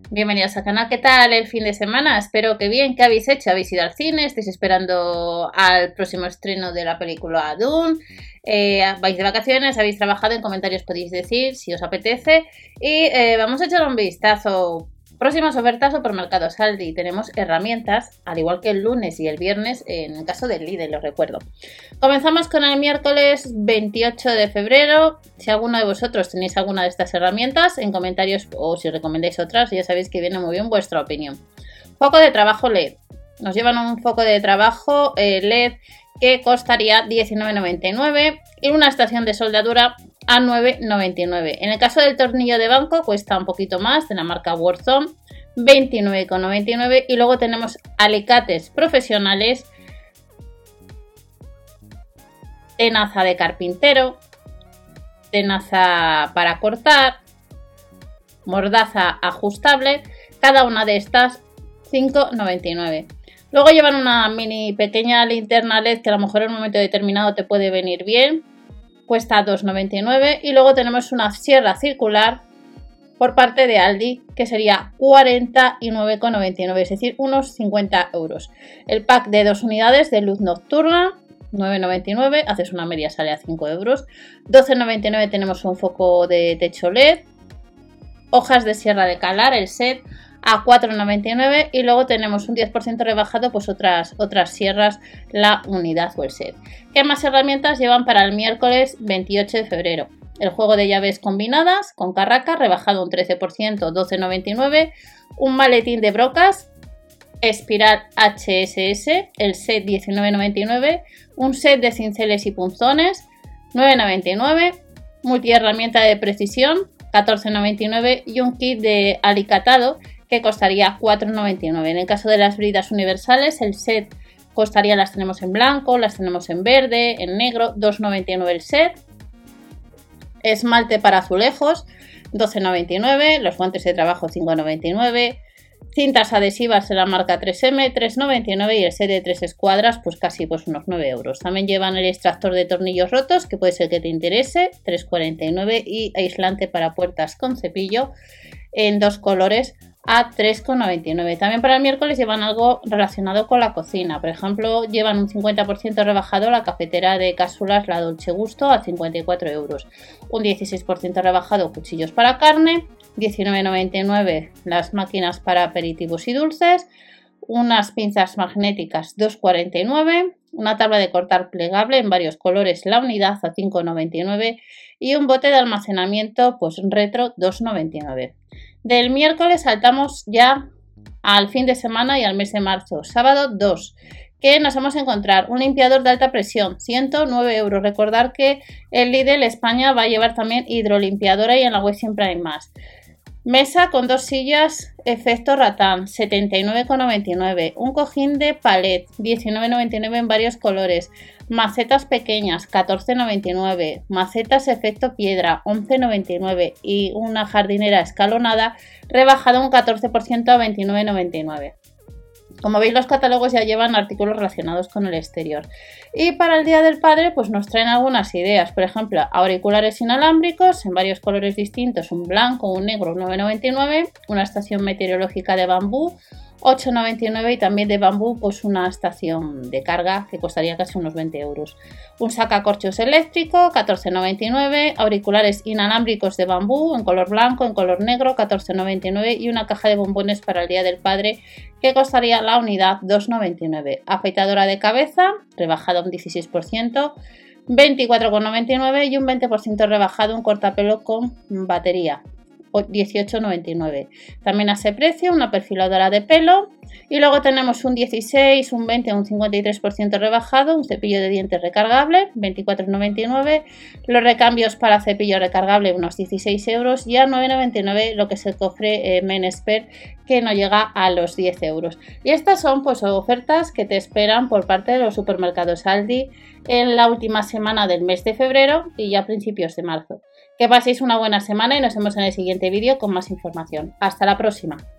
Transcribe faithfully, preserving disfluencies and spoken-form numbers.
Bienvenidos al canal. ¿Qué tal el fin de semana? Espero que bien. ¿Qué habéis hecho? ¿Habéis ido al cine? ¿Estáis esperando al próximo estreno de la película Dune? Eh, ¿Vais de vacaciones? ¿Habéis trabajado? En comentarios podéis decir si os apetece. Y eh, vamos a echar un vistazo. Próximas ofertas Supermercados Aldi. Tenemos herramientas, al igual que el lunes y el viernes, en el caso del Lidl, lo recuerdo. Comenzamos con el miércoles veintiocho de febrero. Si alguno de vosotros tenéis alguna de estas herramientas, en comentarios o si recomendáis otras, ya sabéis que viene muy bien vuestra opinión. Foco de trabajo L E D. Nos llevan un foco de trabajo eh, L E D que costaría diecinueve noventa y nueve y una estación de soldadura a nueve noventa y nueve. En el caso del tornillo de banco cuesta un poquito más, de la marca Warzone, veintinueve noventa y nueve. Y luego tenemos alicates profesionales, tenaza de carpintero, tenaza para cortar, mordaza ajustable, cada una de estas cinco noventa y nueve. Luego llevan una mini pequeña linterna L E D que a lo mejor en un momento determinado te puede venir bien, cuesta dos noventa y nueve. Y luego tenemos una sierra circular por parte de Aldi que sería cuarenta y nueve noventa y nueve, es decir, unos cincuenta euros. El pack de dos unidades de luz nocturna, nueve noventa y nueve, haces una media, sale a cinco euros. doce noventa y nueve tenemos un foco de techo L E D, hojas de sierra de calar, el set, a cuatro noventa y nueve. Y luego tenemos un diez por ciento rebajado, pues otras, otras sierras, la unidad o el set. ¿Qué más herramientas llevan para el miércoles veintiocho de febrero? El juego de llaves combinadas con carraca, rebajado un trece por ciento, doce noventa y nueve. Un maletín de brocas, espiral H S S, el set diecinueve noventa y nueve. Un set de cinceles y punzones, nueve noventa y nueve. Multiherramienta de precisión, catorce noventa y nueve. Y un kit de alicatado que costaría cuatro noventa y nueve. En el caso de las bridas universales, el set costaría, las tenemos en blanco, las tenemos en verde, en negro, dos noventa y nueve el set. Esmalte para azulejos, doce noventa y nueve. Los guantes de trabajo, cinco noventa y nueve. Cintas adhesivas de la marca tres eme, tres noventa y nueve. Y el set de tres escuadras, pues casi pues unos nueve euros. También llevan el extractor de tornillos rotos, que puede ser que te interese, tres cuarenta y nueve. Y aislante para puertas con cepillo en dos colores, a tres noventa y nueve. También para el miércoles llevan algo relacionado con la cocina. Por ejemplo, llevan un cincuenta por ciento rebajado la cafetera de cápsulas La Dolce Gusto a cincuenta y cuatro euros. Un dieciséis por ciento rebajado cuchillos para carne. diecinueve noventa y nueve las máquinas para aperitivos y dulces. Unas pinzas magnéticas dos cuarenta y nueve. Una tabla de cortar plegable en varios colores la unidad a cinco noventa y nueve. Y un bote de almacenamiento pues retro dos noventa y nueve. Del miércoles saltamos ya al fin de semana y al mes de marzo. Sábado dos, que nos vamos a encontrar un limpiador de alta presión, ciento nueve euros. Recordar que el Lidl España va a llevar también hidrolimpiadora y en la web siempre hay más. Mesa con dos sillas efecto ratán, setenta y nueve noventa y nueve. Un cojín de palet, diecinueve noventa y nueve en varios colores. Macetas pequeñas, catorce noventa y nueve. Macetas efecto piedra, once noventa y nueve. Y una jardinera escalonada, rebajada un catorce por ciento a veintinueve noventa y nueve. Como veis, los catálogos ya llevan artículos relacionados con el exterior. Y para el Día del Padre, pues nos traen algunas ideas. Por ejemplo, auriculares inalámbricos en varios colores distintos, un blanco, un negro, nueve noventa y nueve. Una estación meteorológica de bambú, ocho noventa y nueve. Y también de bambú, pues una estación de carga que costaría casi unos veinte euros. Un sacacorchos eléctrico, catorce noventa y nueve. Auriculares inalámbricos de bambú en color blanco, en color negro, catorce noventa y nueve. Y una caja de bombones para el Día del Padre que costaría la unidad dos noventa y nueve. Afeitadora de cabeza, rebajada un dieciséis por ciento, veinticuatro noventa y nueve. Y un veinte por ciento rebajado un cortapelo con batería, dieciocho noventa y nueve. También a ese precio una perfiladora de pelo. Y luego tenemos un dieciséis, un veinte, un cincuenta y tres por ciento rebajado, un cepillo de dientes recargable, veinticuatro noventa y nueve. Los recambios para cepillo recargable unos dieciséis euros y a nueve noventa y nueve lo que es el cofre eh, Menespert, que no llega a los diez euros. Y estas son pues ofertas que te esperan por parte de los supermercados Aldi en la última semana del mes de febrero y ya a principios de marzo. Que paséis una buena semana y nos vemos en el siguiente vídeo con más información. Hasta la próxima.